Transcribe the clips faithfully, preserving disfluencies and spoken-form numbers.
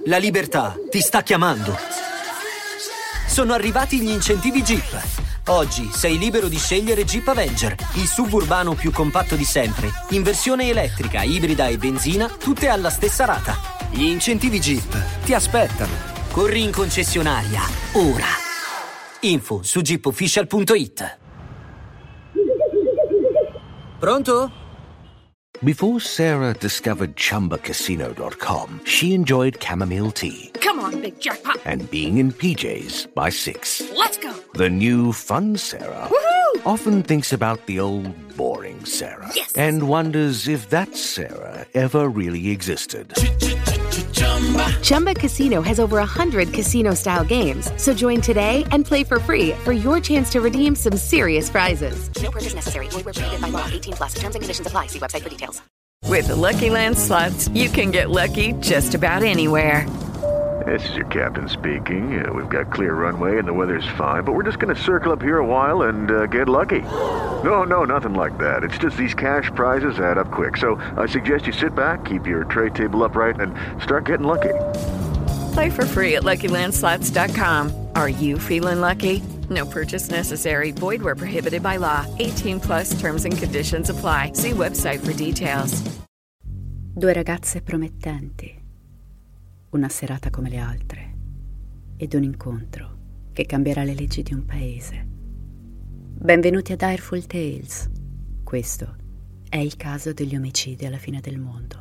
La libertà ti sta chiamando. Sono arrivati gli incentivi Jeep. Oggi sei libero di scegliere Jeep Avenger, il suburbano più compatto di sempre, in versione elettrica, ibrida e benzina, tutte alla stessa rata. Gli incentivi Jeep ti aspettano. Corri in concessionaria, ora. Info su jeep official punto it. Pronto? Before Sarah discovered Chumba Casino dot com, she enjoyed chamomile tea. Come on, big jackpot. And being in P Js by six. Let's go. The new fun Sarah Woohoo! often thinks about the old boring Sarah. Yes. And wonders if that Sarah ever really existed. Chumba Casino has over one hundred casino-style games. So join today and play for free for your chance to redeem some serious prizes. No purchase necessary. Void where prohibited by law. eighteen plus. Terms and conditions apply. See website for details. With the Lucky Land Slots, you can get lucky just about anywhere. This is your captain speaking. Uh, we've got clear runway and the weather's fine, but we're just going to circle up here a while and uh, get lucky. No, no, nothing like that. It's just these cash prizes add up quick. So I suggest you sit back, keep your tray table upright, and start getting lucky. Play for free at lucky land slots dot com. Are you feeling lucky? No purchase necessary. Void where prohibited by law. eighteen plus terms and conditions apply. See website for details. Due ragazze promettenti. Una serata come le altre. Ed un incontro che cambierà le leggi di un paese. Benvenuti a Direful Tales. Questo è il caso degli omicidi alla fine del mondo.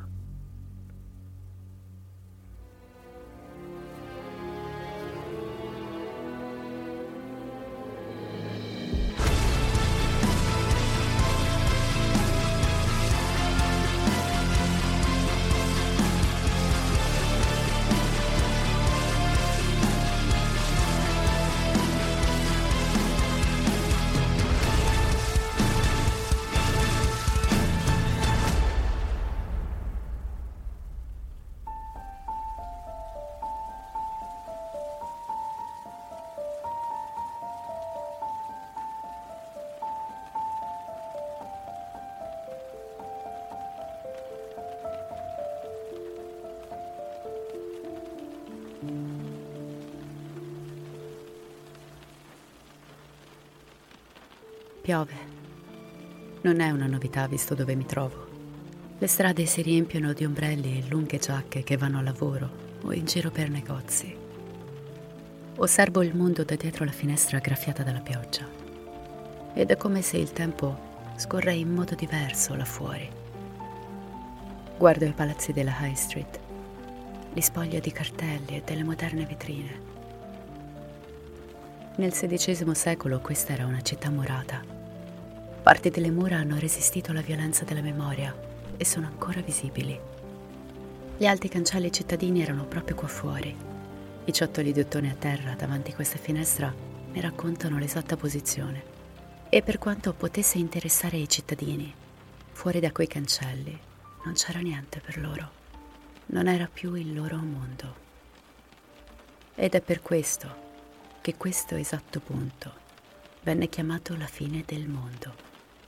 Piove. Non è una novità visto dove mi trovo. Le strade si riempiono di ombrelli e lunghe giacche che vanno a lavoro o in giro per negozi. Osservo il mondo da dietro la finestra graffiata dalla pioggia. Ed è come se il tempo scorre in modo diverso là fuori. Guardo i palazzi della High Street, li spoglio di cartelli e delle moderne vetrine. Nel sedicesimo secolo questa era una città murata. Parti delle mura hanno resistito alla violenza della memoria e sono ancora visibili. Gli alti cancelli cittadini erano proprio qua fuori. I ciottoli di ottone a terra davanti a questa finestra ne raccontano l'esatta posizione. E per quanto potesse interessare i cittadini, fuori da quei cancelli non c'era niente per loro. Non era più il loro mondo. Ed è per questo che questo esatto punto venne chiamato la fine del mondo.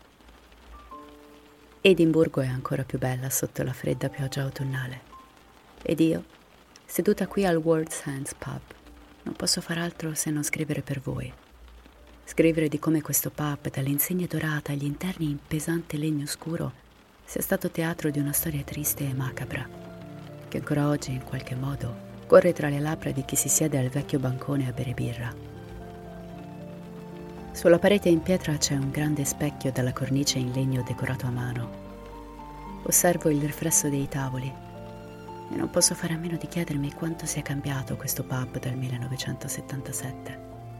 Edimburgo è ancora più bella sotto la fredda pioggia autunnale. Ed io, seduta qui al World's Hands Pub, non posso far altro se non scrivere per voi. Scrivere di come questo pub, dalle insegne dorate agli interni in pesante legno scuro, sia stato teatro di una storia triste e macabra, che ancora oggi, in qualche modo, corre tra le labbra di chi si siede al vecchio bancone a bere birra. Sulla parete in pietra c'è un grande specchio dalla cornice in legno decorato a mano. Osservo il riflesso dei tavoli e non posso fare a meno di chiedermi quanto sia cambiato questo pub dal millenovecentosettantasette.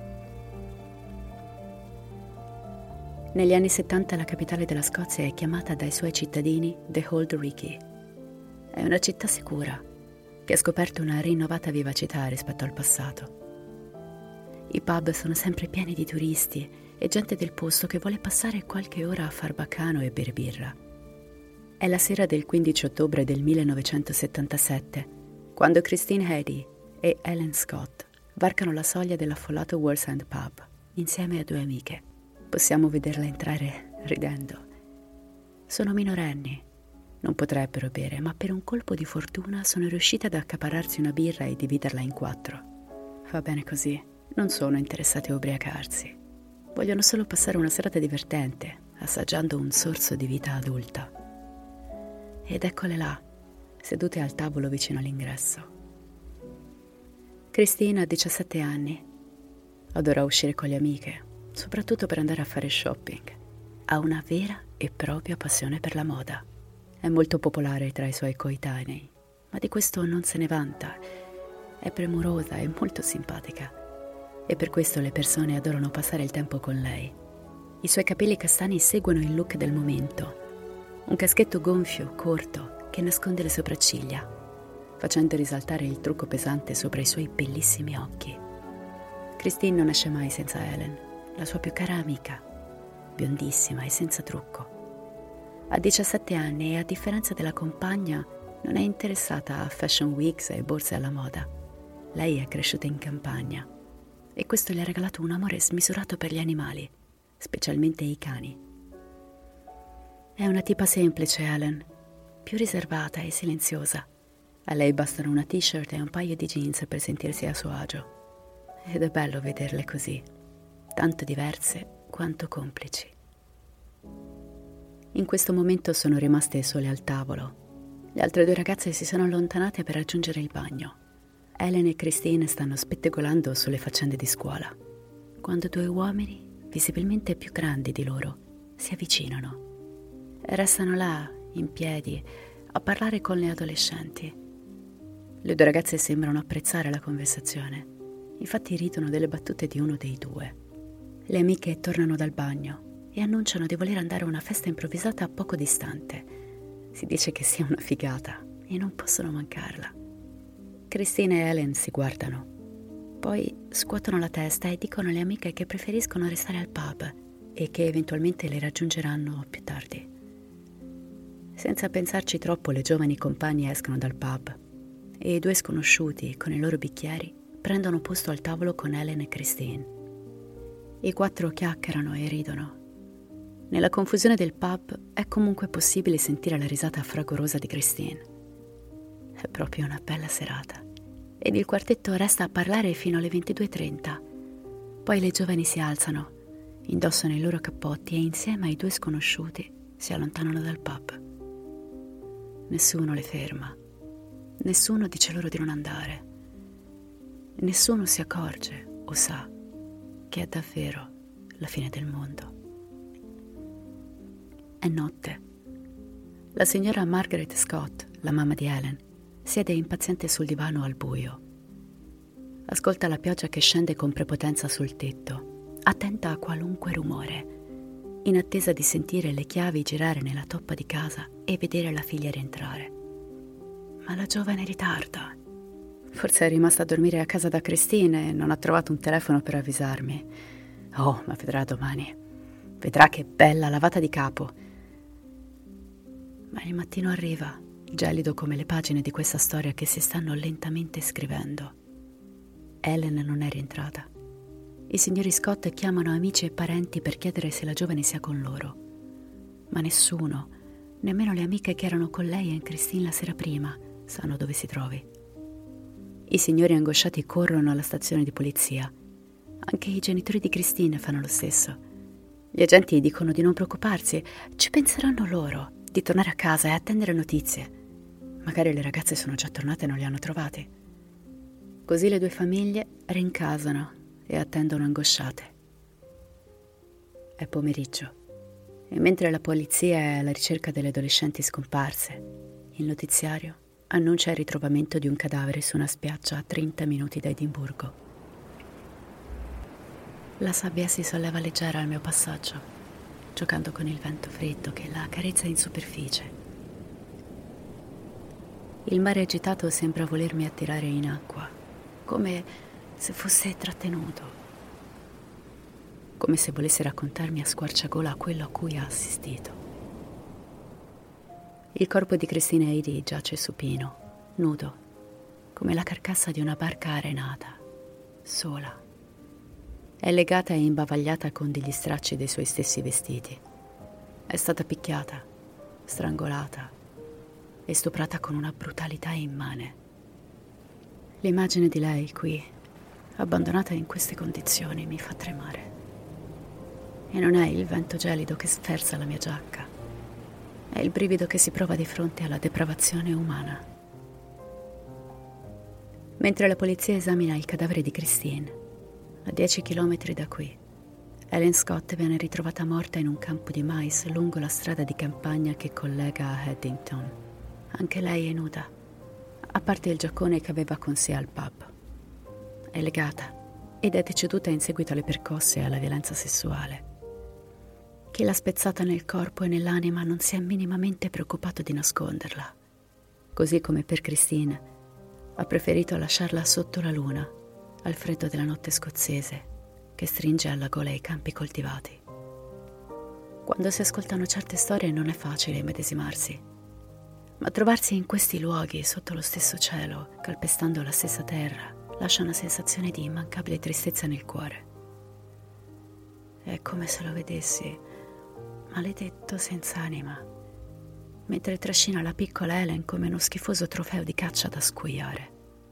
Negli anni settanta la capitale della Scozia è chiamata dai suoi cittadini The Old Ricky. È una città sicura che ha scoperto una rinnovata vivacità rispetto al passato. I pub sono sempre pieni di turisti e gente del posto che vuole passare qualche ora a far baccano e bere birra. È la sera del quindici ottobre del millenovecentosettantasette, quando Christine Heady e Ellen Scott varcano la soglia dell'affollato World's End Pub insieme a due amiche. Possiamo vederla entrare ridendo. Sono minorenni Non potrebbero bere, ma per un colpo di fortuna sono riuscite ad accaparrarsi una birra e dividerla in quattro. Va bene così, non sono interessate a ubriacarsi. Vogliono solo passare una serata divertente, assaggiando un sorso di vita adulta. Ed eccole là, sedute al tavolo vicino all'ingresso. Christine ha diciassette anni. Adora uscire con le amiche, soprattutto per andare a fare shopping. Ha una vera e propria passione per la moda. È molto popolare tra i suoi coetanei, ma di questo non se ne vanta. È premurosa e molto simpatica. E per questo le persone adorano passare il tempo con lei. I suoi capelli castani seguono il look del momento. Un caschetto gonfio, corto, che nasconde le sopracciglia, facendo risaltare il trucco pesante sopra i suoi bellissimi occhi. Christine non esce mai senza Helen, la sua più cara amica, biondissima e senza trucco. Ha diciassette anni e, a differenza della compagna, non è interessata a fashion weeks e borse alla moda. Lei è cresciuta in campagna e questo le ha regalato un amore smisurato per gli animali, specialmente i cani. È una tipa semplice, Helen, più riservata e silenziosa. A lei bastano una t-shirt e un paio di jeans per sentirsi a suo agio. Ed è bello vederle così, tanto diverse quanto complici. In questo momento sono rimaste sole al tavolo. Le altre due ragazze si sono allontanate per raggiungere il bagno. Helen e Christine stanno spettegolando sulle faccende di scuola, quando due uomini, visibilmente più grandi di loro, si avvicinano. Restano là, in piedi, a parlare con le adolescenti. Le due ragazze sembrano apprezzare la conversazione. Infatti ridono delle battute di uno dei due. Le amiche tornano dal bagno e annunciano di voler andare a una festa improvvisata poco distante. Si dice che sia una figata e non possono mancarla. Christine e Helen si guardano. Poi scuotono la testa e dicono alle amiche che preferiscono restare al pub e che eventualmente le raggiungeranno più tardi. Senza pensarci troppo, le giovani compagne escono dal pub e i due sconosciuti, con i loro bicchieri, prendono posto al tavolo con Helen e Christine. I quattro chiacchierano e ridono. Nella confusione del pub è comunque possibile sentire la risata fragorosa di Christine. È proprio una bella serata. Ed il quartetto resta a parlare fino alle ventidue e trenta. Poi le giovani si alzano, indossano i loro cappotti e insieme ai due sconosciuti si allontanano dal pub. Nessuno le ferma. Nessuno dice loro di non andare. Nessuno si accorge o sa che è davvero la fine del mondo. È notte. La signora Margaret Scott, la mamma di Helen, siede impaziente sul divano al buio. Ascolta la pioggia che scende con prepotenza sul tetto, attenta a qualunque rumore, in attesa di sentire le chiavi girare nella toppa di casa e vedere la figlia rientrare. Ma la giovane ritarda. Forse è rimasta a dormire a casa da Christine e non ha trovato un telefono per avvisarmi. Oh, ma vedrà domani. Vedrà che bella lavata di capo. Ma il mattino arriva, gelido come le pagine di questa storia che si stanno lentamente scrivendo. Helen non è rientrata. I signori Scott chiamano amici e parenti per chiedere se la giovane sia con loro. Ma nessuno, nemmeno le amiche che erano con lei e Christine la sera prima, sanno dove si trovi. I signori angosciati corrono alla stazione di polizia. Anche i genitori di Christine fanno lo stesso. Gli agenti dicono di non preoccuparsi, ci penseranno loro, di tornare a casa e attendere notizie. Magari le ragazze sono già tornate e non li hanno trovati. Così le due famiglie rincasano e attendono angosciate. È pomeriggio e mentre la polizia è alla ricerca delle adolescenti scomparse, il notiziario annuncia il ritrovamento di un cadavere su una spiaggia a trenta minuti da Edimburgo. La sabbia si solleva leggera al mio passaggio, giocando con il vento freddo che la accarezza in superficie. Il mare agitato sembra volermi attirare in acqua, come se fosse trattenuto, come se volesse raccontarmi a squarciagola quello a cui ha assistito. Il corpo di Christine Heidi giace supino, nudo, come la carcassa di una barca arenata, sola. È legata e imbavagliata con degli stracci dei suoi stessi vestiti. È stata picchiata, strangolata, e stuprata con una brutalità immane. L'immagine di lei qui, abbandonata in queste condizioni, mi fa tremare. E non è il vento gelido che sferza la mia giacca, è il brivido che si prova di fronte alla depravazione umana. Mentre la polizia esamina il cadavere di Christine, a dieci chilometri da qui, Helen Scott viene ritrovata morta in un campo di mais lungo la strada di campagna che collega a Haddington. Anche lei è nuda, a parte il giaccone che aveva con sé al pub. È legata ed è deceduta in seguito alle percosse e alla violenza sessuale. Chi l'ha spezzata nel corpo e nell'anima non si è minimamente preoccupato di nasconderla. Così come per Christine, ha preferito lasciarla sotto la luna, al freddo della notte scozzese, che stringe alla gola i campi coltivati. Quando si ascoltano certe storie non è facile immedesimarsi, ma trovarsi in questi luoghi, sotto lo stesso cielo, calpestando la stessa terra, lascia una sensazione di immancabile tristezza nel cuore. È come se lo vedessi, maledetto senza anima, mentre trascina la piccola Helen come uno schifoso trofeo di caccia da scuoiare.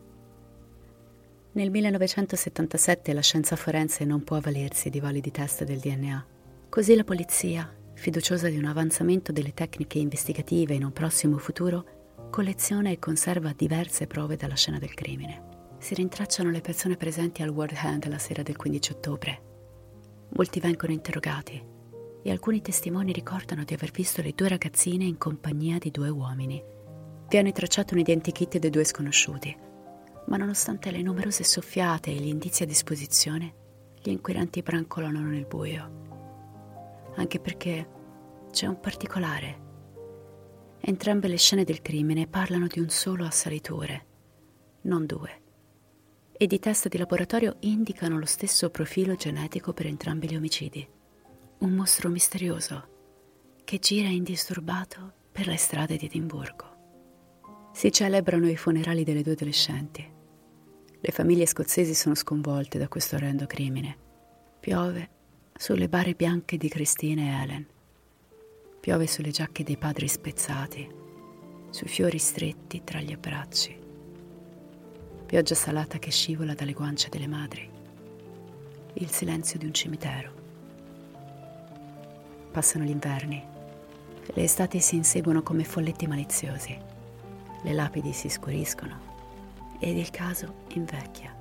Nel millenovecentosettantasette la scienza forense non può avvalersi di validi test del D N A. Così la polizia, fiduciosa di un avanzamento delle tecniche investigative in un prossimo futuro, colleziona e conserva diverse prove dalla scena del crimine. Si rintracciano le persone presenti al World Hand la sera del quindici ottobre. Molti vengono interrogati e alcuni testimoni ricordano di aver visto le due ragazzine in compagnia di due uomini. Viene tracciato un identikit dei due sconosciuti, ma nonostante le numerose soffiate e gli indizi a disposizione, gli inquirenti brancolano nel buio. Anche perché c'è un particolare. Entrambe le scene del crimine parlano di un solo assalitore, non due, ed i test di laboratorio indicano lo stesso profilo genetico per entrambi gli omicidi. Un mostro misterioso che gira indisturbato per le strade di Edimburgo. Si celebrano i funerali delle due adolescenti. Le famiglie scozzesi sono sconvolte da questo orrendo crimine. Piove sulle bare bianche di Christine e Helen. Piove sulle giacche dei padri spezzati, sui fiori stretti tra gli abbracci. Pioggia salata che scivola dalle guance delle madri. Il silenzio di un cimitero. Passano gli inverni. Le estati si inseguono come folletti maliziosi. Le lapidi si scuriscono ed il caso invecchia.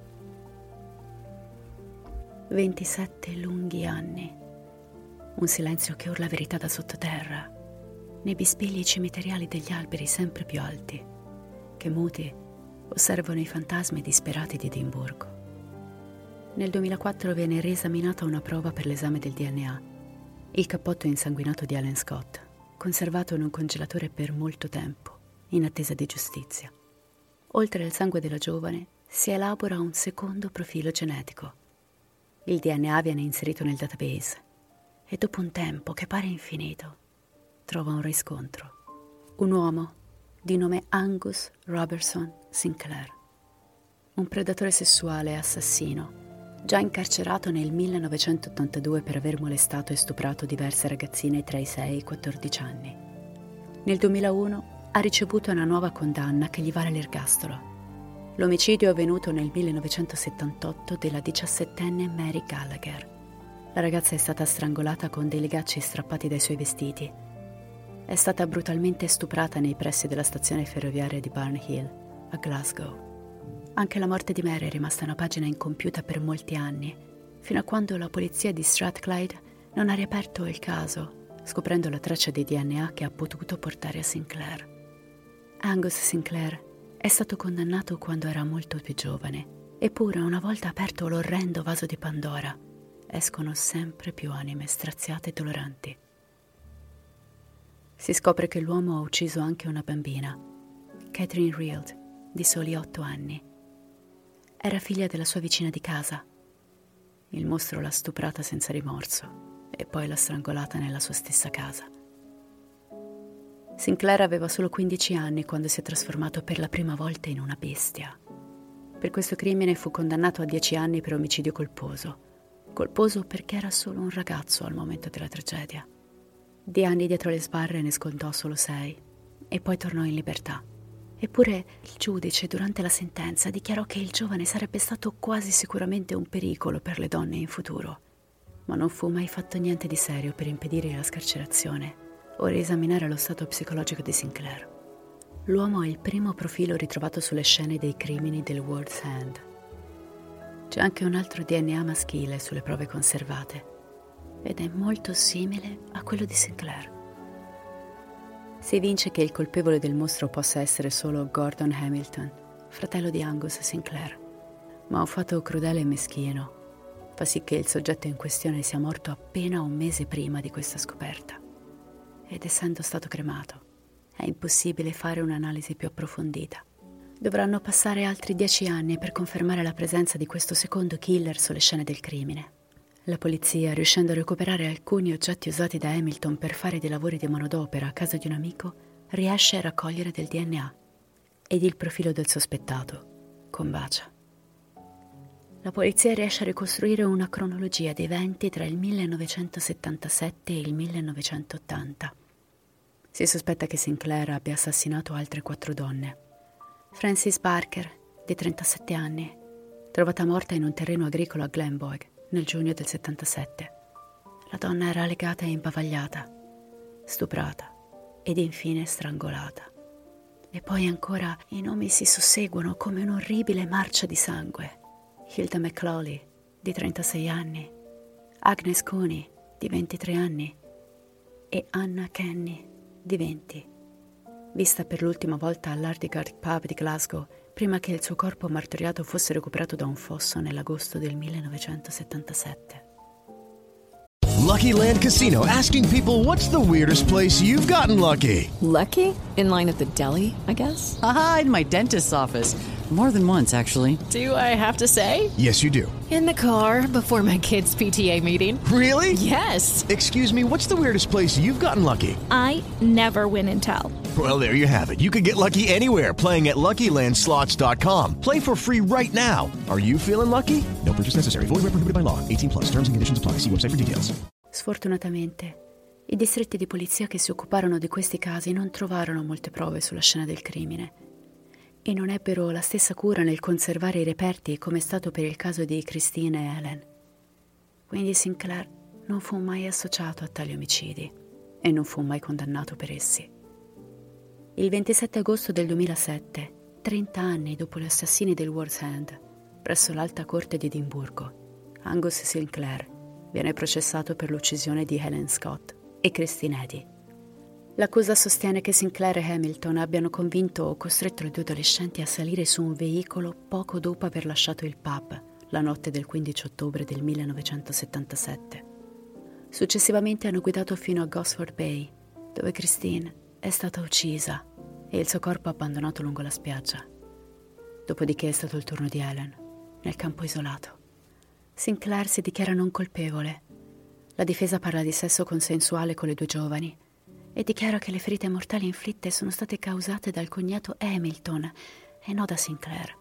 ventisette lunghi anni. Un silenzio che urla verità da sottoterra, nei bispigli cimiteriali degli alberi sempre più alti, che muti osservano i fantasmi disperati di Edimburgo. Nel duemilaquattro viene riesaminata una prova per l'esame del D N A, il cappotto insanguinato di Helen Scott, conservato in un congelatore per molto tempo, in attesa di giustizia. Oltre al sangue della giovane, si elabora un secondo profilo genetico. Il D N A viene inserito nel database e dopo un tempo che pare infinito, trova un riscontro. Un uomo di nome Angus Robertson Sinclair, un predatore sessuale e assassino, già incarcerato nel millenovecentottantadue per aver molestato e stuprato diverse ragazzine tra i sei e i quattordici anni. Nel duemilauno ha ricevuto una nuova condanna che gli vale l'ergastolo. L'omicidio è avvenuto nel millenovecentosettantotto della diciassettenne Mary Gallagher. La ragazza è stata strangolata con dei legacci strappati dai suoi vestiti. È stata brutalmente stuprata nei pressi della stazione ferroviaria di Barnhill, a Glasgow. Anche la morte di Mary è rimasta una pagina incompiuta per molti anni, fino a quando la polizia di Strathclyde non ha riaperto il caso, scoprendo la traccia di D N A che ha potuto portare a Sinclair. Angus Sinclair è stato condannato quando era molto più giovane, eppure una volta aperto l'orrendo vaso di Pandora, escono sempre più anime straziate e doloranti. Si scopre che l'uomo ha ucciso anche una bambina, Catherine Rield, di soli otto anni. Era figlia della sua vicina di casa. Il mostro l'ha stuprata senza rimorso e poi l'ha strangolata nella sua stessa casa. Sinclair aveva solo quindici anni quando si è trasformato per la prima volta in una bestia. Per questo crimine fu condannato a dieci anni per omicidio colposo. Colposo perché era solo un ragazzo al momento della tragedia. Di anni dietro le sbarre ne scontò solo sei e poi tornò in libertà. Eppure il giudice durante la sentenza dichiarò che il giovane sarebbe stato quasi sicuramente un pericolo per le donne in futuro, ma non fu mai fatto niente di serio per impedire la scarcerazione o riesaminare lo stato psicologico di Sinclair. L'uomo è il primo profilo ritrovato sulle scene dei crimini del World's End. C'è anche un altro D N A maschile sulle prove conservate ed è molto simile a quello di Sinclair. Si evince che il colpevole del mostro possa essere solo Gordon Hamilton, fratello di Angus Sinclair, ma un fatto crudele e meschino fa sì che il soggetto in questione sia morto appena un mese prima di questa scoperta. Ed essendo stato cremato, è impossibile fare un'analisi più approfondita. Dovranno passare altri dieci anni per confermare la presenza di questo secondo killer sulle scene del crimine. La polizia, riuscendo a recuperare alcuni oggetti usati da Hamilton per fare dei lavori di manodopera a casa di un amico, riesce a raccogliere del D N A ed il profilo del sospettato combacia. La polizia riesce a ricostruire una cronologia dei eventi tra il millenovecentosettantasette e il millenovecentottanta. Si sospetta che Sinclair abbia assassinato altre quattro donne. Frances Barker, di trentasette anni, trovata morta in un terreno agricolo a Glenboig nel giugno del settantasette. La donna era legata e imbavagliata, stuprata ed infine strangolata. E poi ancora i nomi si susseguono come un'orribile marcia di sangue. Hilda McClawley, di trentasei anni, Agnes Cooney, di ventitré anni, e Anna Kenny, di venti, vista per l'ultima volta all'Ardygard Pub di Glasgow, prima che il suo corpo martoriato fosse recuperato da un fosso nell'agosto del millenovecentosettantasette. Lucky Land Casino, asking people, what's the weirdest place you've gotten lucky? Lucky? In line at the deli, I guess? Aha, in my dentist's office. More than once, actually. Do I have to say? Yes, you do. In the car before my kids' P T A meeting. Really? Yes. Excuse me, what's the weirdest place you've gotten lucky? I never win and tell. Well, there you have it. You can get lucky anywhere, playing at Lucky Land Slots dot com. Play for free right now. Are you feeling lucky? No purchase necessary. Void where prohibited by law. eighteen plus. Terms and conditions apply. See website for details. Sfortunatamente, i distretti di polizia che si occuparono di questi casi non trovarono molte prove sulla scena del crimine e non ebbero la stessa cura nel conservare i reperti come è stato per il caso di Christine e Helen. Quindi Sinclair non fu mai associato a tali omicidi e non fu mai condannato per essi. Il ventisette agosto del duemilasette, trenta anni dopo gli assassini del World's End, presso l'Alta Corte di Edimburgo, Angus Sinclair viene processato per l'uccisione di Helen Scott e Christine Eddy. L'accusa sostiene che Sinclair e Hamilton abbiano convinto o costretto le due adolescenti a salire su un veicolo poco dopo aver lasciato il pub, la notte del quindici ottobre del millenovecentosettantasette. Successivamente hanno guidato fino a Gosford Bay, dove Christine è stata uccisa e il suo corpo abbandonato lungo la spiaggia. Dopodiché è stato il turno di Helen, nel campo isolato. Sinclair si dichiara non colpevole. La difesa parla di sesso consensuale con le due giovani e dichiara che le ferite mortali inflitte sono state causate dal cognato Hamilton e non da Sinclair.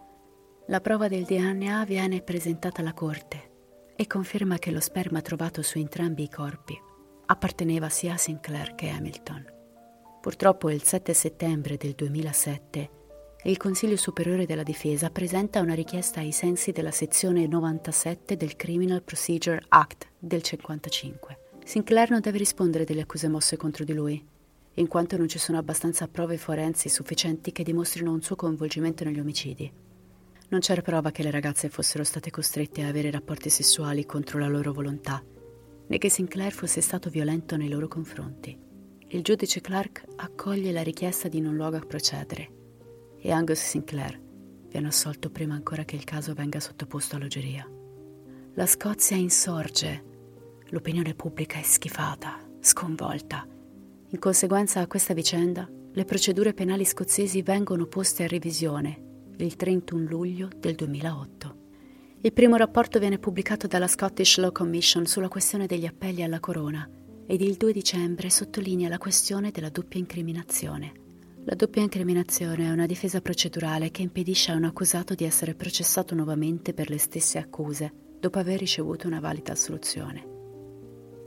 La prova del D N A viene presentata alla corte e conferma che lo sperma trovato su entrambi i corpi apparteneva sia a Sinclair che a Hamilton. Purtroppo il sette settembre del duemilasette il Consiglio Superiore della Difesa presenta una richiesta ai sensi della sezione novantasette del Criminal Procedure Act del cinquantacinque. Sinclair non deve rispondere delle accuse mosse contro di lui, in quanto non ci sono abbastanza prove forensi sufficienti che dimostrino un suo coinvolgimento negli omicidi. Non c'era prova che le ragazze fossero state costrette a avere rapporti sessuali contro la loro volontà, né che Sinclair fosse stato violento nei loro confronti. Il giudice Clark accoglie la richiesta di non luogo a procedere e Angus Sinclair viene assolto prima ancora che il caso venga sottoposto alla giuria. La Scozia insorge, l'opinione pubblica è schifata, sconvolta. In conseguenza a questa vicenda, le procedure penali scozzesi vengono poste a revisione il trentuno luglio del duemilaotto. Il primo rapporto viene pubblicato dalla Scottish Law Commission sulla questione degli appelli alla corona ed il due dicembre sottolinea la questione della doppia incriminazione. La doppia incriminazione è una difesa procedurale che impedisce a un accusato di essere processato nuovamente per le stesse accuse dopo aver ricevuto una valida assoluzione.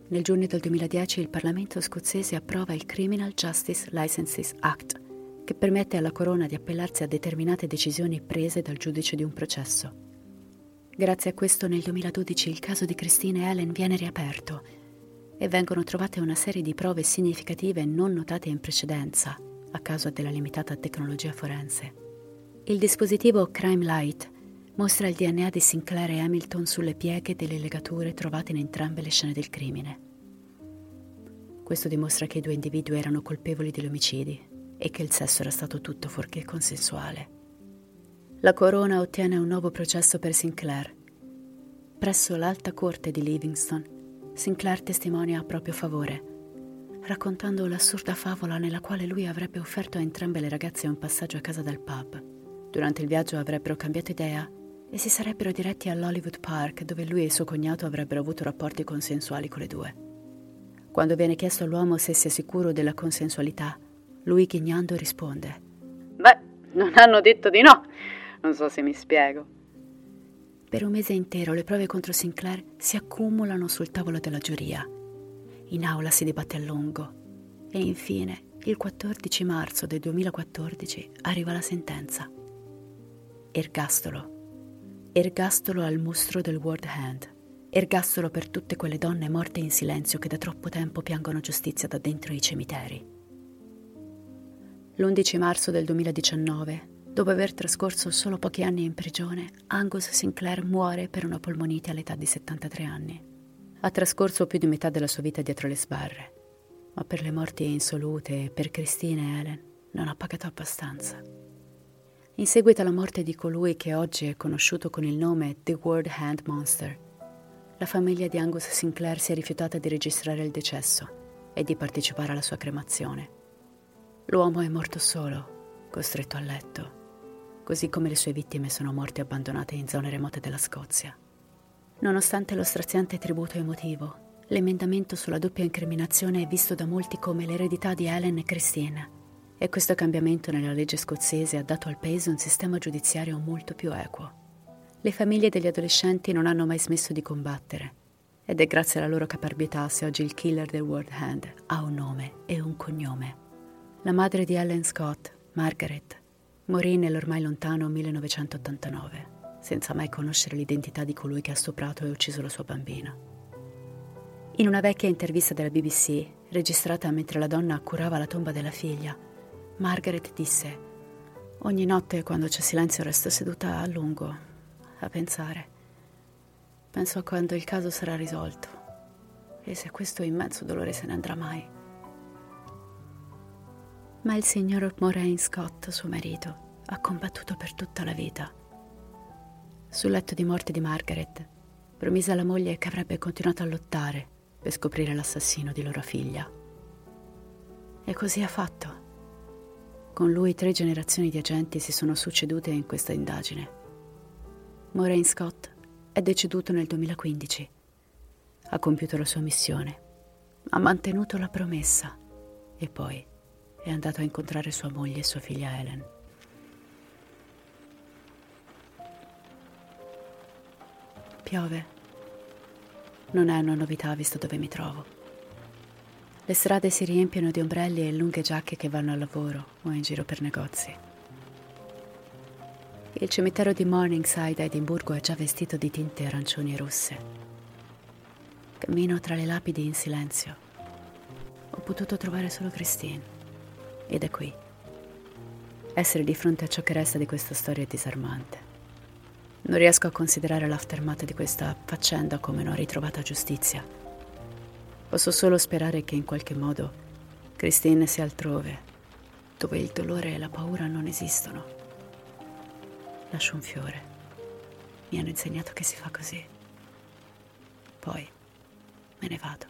nel giugno del duemiladieci il Parlamento scozzese approva il Criminal Justice Licenses Act, che permette alla corona di appellarsi a determinate decisioni prese dal giudice di un processo. Grazie a questo nel duemiladodici il caso di Christine Allen viene riaperto e vengono trovate una serie di prove significative non notate in precedenza a causa della limitata tecnologia forense. Il dispositivo Crime Light mostra il D N A di Sinclair e Hamilton sulle pieghe delle legature trovate in entrambe le scene del crimine. Questo dimostra che i due individui erano colpevoli degli omicidi e che il sesso era stato tutto fuorché consensuale. La corona ottiene un nuovo processo per Sinclair. Presso l'Alta Corte di Livingston, Sinclair testimonia a proprio favore, raccontando l'assurda favola nella quale lui avrebbe offerto a entrambe le ragazze un passaggio a casa dal pub. Durante il viaggio avrebbero cambiato idea e si sarebbero diretti all'Hollywood Park, dove lui e suo cognato avrebbero avuto rapporti consensuali con le due. Quando viene chiesto all'uomo se sia sicuro della consensualità, lui ghignando risponde: Beh, non hanno detto di no. Non so se mi spiego. Per un mese intero le prove contro Sinclair si accumulano sul tavolo della giuria. In aula si dibatte a lungo e infine, il quattordici marzo del duemilaquattordici, arriva la sentenza. Ergastolo. Ergastolo al mostro del World Hand. Ergastolo per tutte quelle donne morte in silenzio che da troppo tempo piangono giustizia da dentro i cimiteri. L'undici marzo del duemiladiciannove, dopo aver trascorso solo pochi anni in prigione, Angus Sinclair muore per una polmonite all'età di settantatré anni. Ha trascorso più di metà della sua vita dietro le sbarre, ma per le morti insolute e per Christine e Helen non ha pagato abbastanza. In seguito alla morte di colui che oggi è conosciuto con il nome The World Hand Monster, la famiglia di Angus Sinclair si è rifiutata di registrare il decesso e di partecipare alla sua cremazione. L'uomo è morto solo, costretto a letto, così come le sue vittime sono morte abbandonate in zone remote della Scozia. Nonostante lo straziante tributo emotivo, l'emendamento sulla doppia incriminazione è visto da molti come l'eredità di Helen e Christine, e questo cambiamento nella legge scozzese ha dato al paese un sistema giudiziario molto più equo. Le famiglie degli adolescenti non hanno mai smesso di combattere, ed è grazie alla loro caparbietà se oggi il killer del World Hand ha un nome e un cognome. La madre di Ellen Scott, Margaret, morì nell'ormai lontano millenovecentottantanove, senza mai conoscere l'identità di colui che ha stuprato e ucciso la sua bambina. In una vecchia intervista della B B C, registrata mentre la donna curava la tomba della figlia, Margaret disse: «Ogni notte quando c'è silenzio resto seduta a lungo, a pensare. Penso a quando il caso sarà risolto e se questo immenso dolore se ne andrà mai». Ma il signor Moraine Scott, suo marito, ha combattuto per tutta la vita. Sul letto di morte di Margaret, promise alla moglie che avrebbe continuato a lottare per scoprire l'assassino di loro figlia. E così ha fatto. Con lui tre generazioni di agenti si sono succedute in questa indagine. Moraine Scott è deceduto nel duemilaquindici. Ha compiuto la sua missione, ha mantenuto la promessa e poi è andato a incontrare sua moglie e sua figlia Helen. Piove. Non è una novità visto dove mi trovo. Le strade si riempiono di ombrelli e lunghe giacche che vanno al lavoro o in giro per negozi. Il cimitero di Morningside a Edimburgo è già vestito di tinte arancioni e rosse. Cammino tra le lapidi in silenzio. Ho potuto trovare solo Christine. Ed è qui. Essere di fronte a ciò che resta di questa storia è disarmante. Non riesco a considerare l'aftermath di questa faccenda come una ritrovata giustizia. Posso solo sperare che in qualche modo Christine sia altrove, dove il dolore e la paura non esistono. Lascio un fiore. Mi hanno insegnato che si fa così. Poi me ne vado.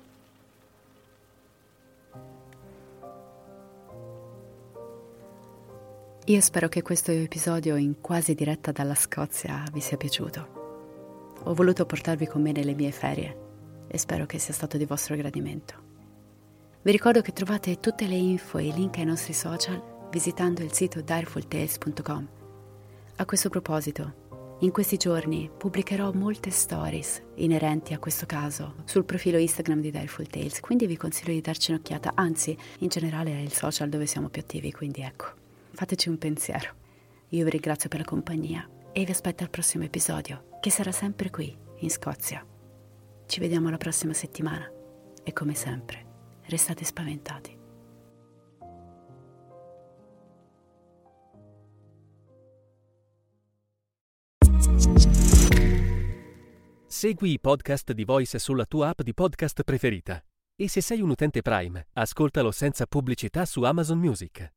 Io spero che questo episodio in quasi diretta dalla Scozia vi sia piaciuto. Ho voluto portarvi con me nelle mie ferie e spero che sia stato di vostro gradimento. Vi ricordo che trovate tutte le info e i link ai nostri social visitando il sito direful tales punto com. A questo proposito, In questi giorni pubblicherò molte stories inerenti a questo caso sul profilo Instagram di Direful Tales, quindi vi consiglio di darci un'occhiata, anzi, in generale è il social dove siamo più attivi, quindi ecco, fateci un pensiero. Io vi ringrazio per la compagnia e vi aspetto al prossimo episodio, che sarà sempre qui, in Scozia. Ci vediamo la prossima settimana e come sempre, restate spaventati. Segui i podcast di Voice sulla tua app di podcast preferita. E se sei un utente Prime, ascoltalo senza pubblicità su Amazon Music.